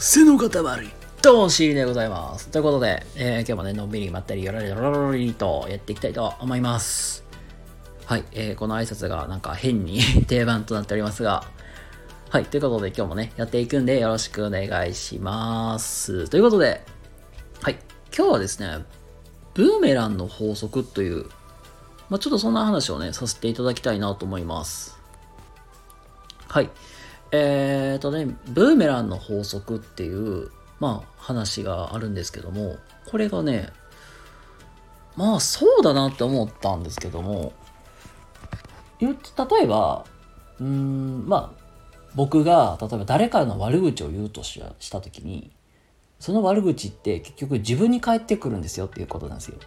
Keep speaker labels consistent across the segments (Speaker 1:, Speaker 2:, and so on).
Speaker 1: 癖の塊どうもシーでございます。ということで、今日もねのんびりまったりよろりとやっていきたいと思います。はい、この挨拶がなんか変に定番となっておりますが、はい、ということで今日もねやっていくんでよろしくお願いします。ということで、はい、今日はですねブーメランの法則という、ちょっとそんな話をねさせていただきたいなと思います。はい。ブーメランの法則っていう、話があるんですけども、これがね、そうだなって思ったんですけども、例えば、僕が、例えば誰かの悪口を言うとしたときに、その悪口って結局自分に返ってくるんですよっていうことなんですよ。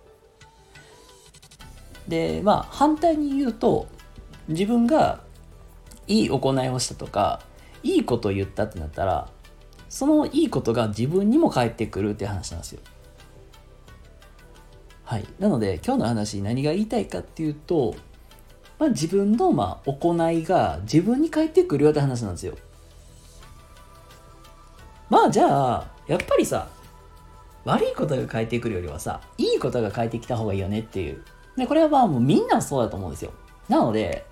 Speaker 1: で、反対に言うと、自分がいい行いをしたとかいいことを言ったってなったら、そのいいことが自分にも返ってくるっていう話なんですよ。はい。なので今日の話何が言いたいかっていうと、自分の行いが自分に返ってくるよって話なんですよ。じゃあやっぱりさ、悪いことが返ってくるよりはさ、いいことが返ってきた方がいいよねっていう。でこれはもうみんなそうだと思うんですよ。なので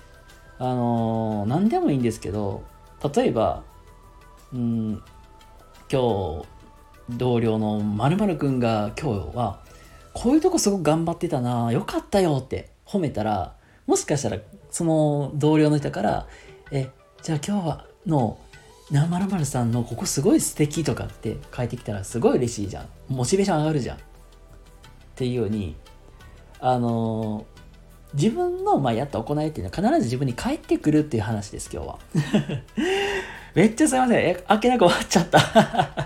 Speaker 1: 何でもいいんですけど、例えば今日同僚の〇〇くんが今日はこういうとこすごく頑張ってたな、よかったよって褒めたら、もしかしたらその同僚の人からじゃあ今日はの〇〇さんのここすごい素敵とかって書いてきたらすごい嬉しいじゃん、モチベーション上がるじゃんっていうように、自分のやった行いっていうのは必ず自分に返ってくるっていう話です今日は。めっちゃすいません、あっけなく終わっちゃった。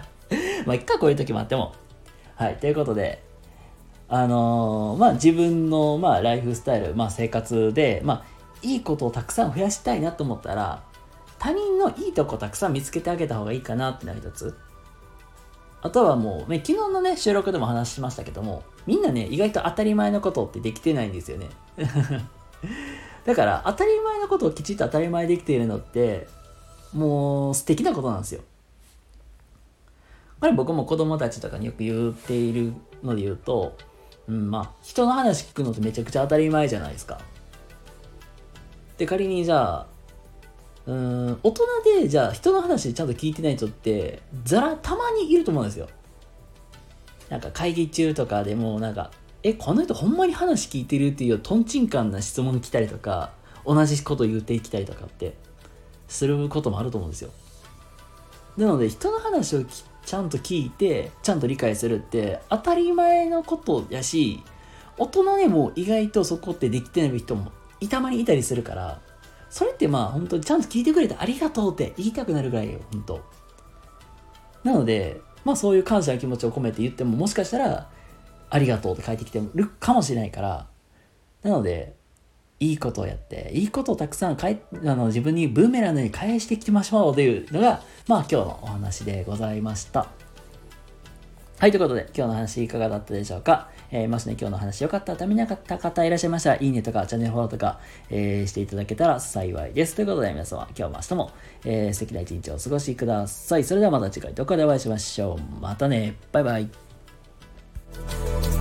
Speaker 1: いっか、こういう時もあっても。はい、ということで自分のライフスタイル、生活でいいことをたくさん増やしたいなと思ったら、他人のいいとこたくさん見つけてあげた方がいいかなってのが一つ。あとはもう、昨日のね収録でも話しましたけども、みんなね意外と当たり前のことってできてないんですよね。だから当たり前のことをきちっと当たり前できているのってもう素敵なことなんですよ。これ僕も子供たちとかによく言っているので言うと、人の話聞くのってめちゃくちゃ当たり前じゃないですか。で仮にじゃあ大人でじゃあ人の話ちゃんと聞いてない人ってたまにいると思うんですよ。なんか会議中とかでもこの人ほんまに話聞いてるっていうトンチンカンな質問来たりとか、同じこと言ってきたりとかってすることもあると思うんですよ。なので人の話をちゃんと聞いてちゃんと理解するって当たり前のことやし、大人でも意外とそこってできてない人もたまにいたりするから、それって本当にちゃんと聞いてくれてありがとうって言いたくなるぐらいよ、本当。なのでそういう感謝の気持ちを込めて言っても、もしかしたらありがとうって返ってきてるかもしれないから、なのでいいことをやっていいことをたくさん自分にブーメランのように返してきましょうというのが今日のお話でございました。はい、ということで今日の話いかがだったでしょうか。もしね今日の話良かった、ためになかった方いらっしゃいましたら、いいねとかチャンネルフォローとか、していただけたら幸いです。ということで皆様今日も明日も、素敵な一日をお過ごしください。それではまた次回どこかでお会いしましょう。またね、バイバイ。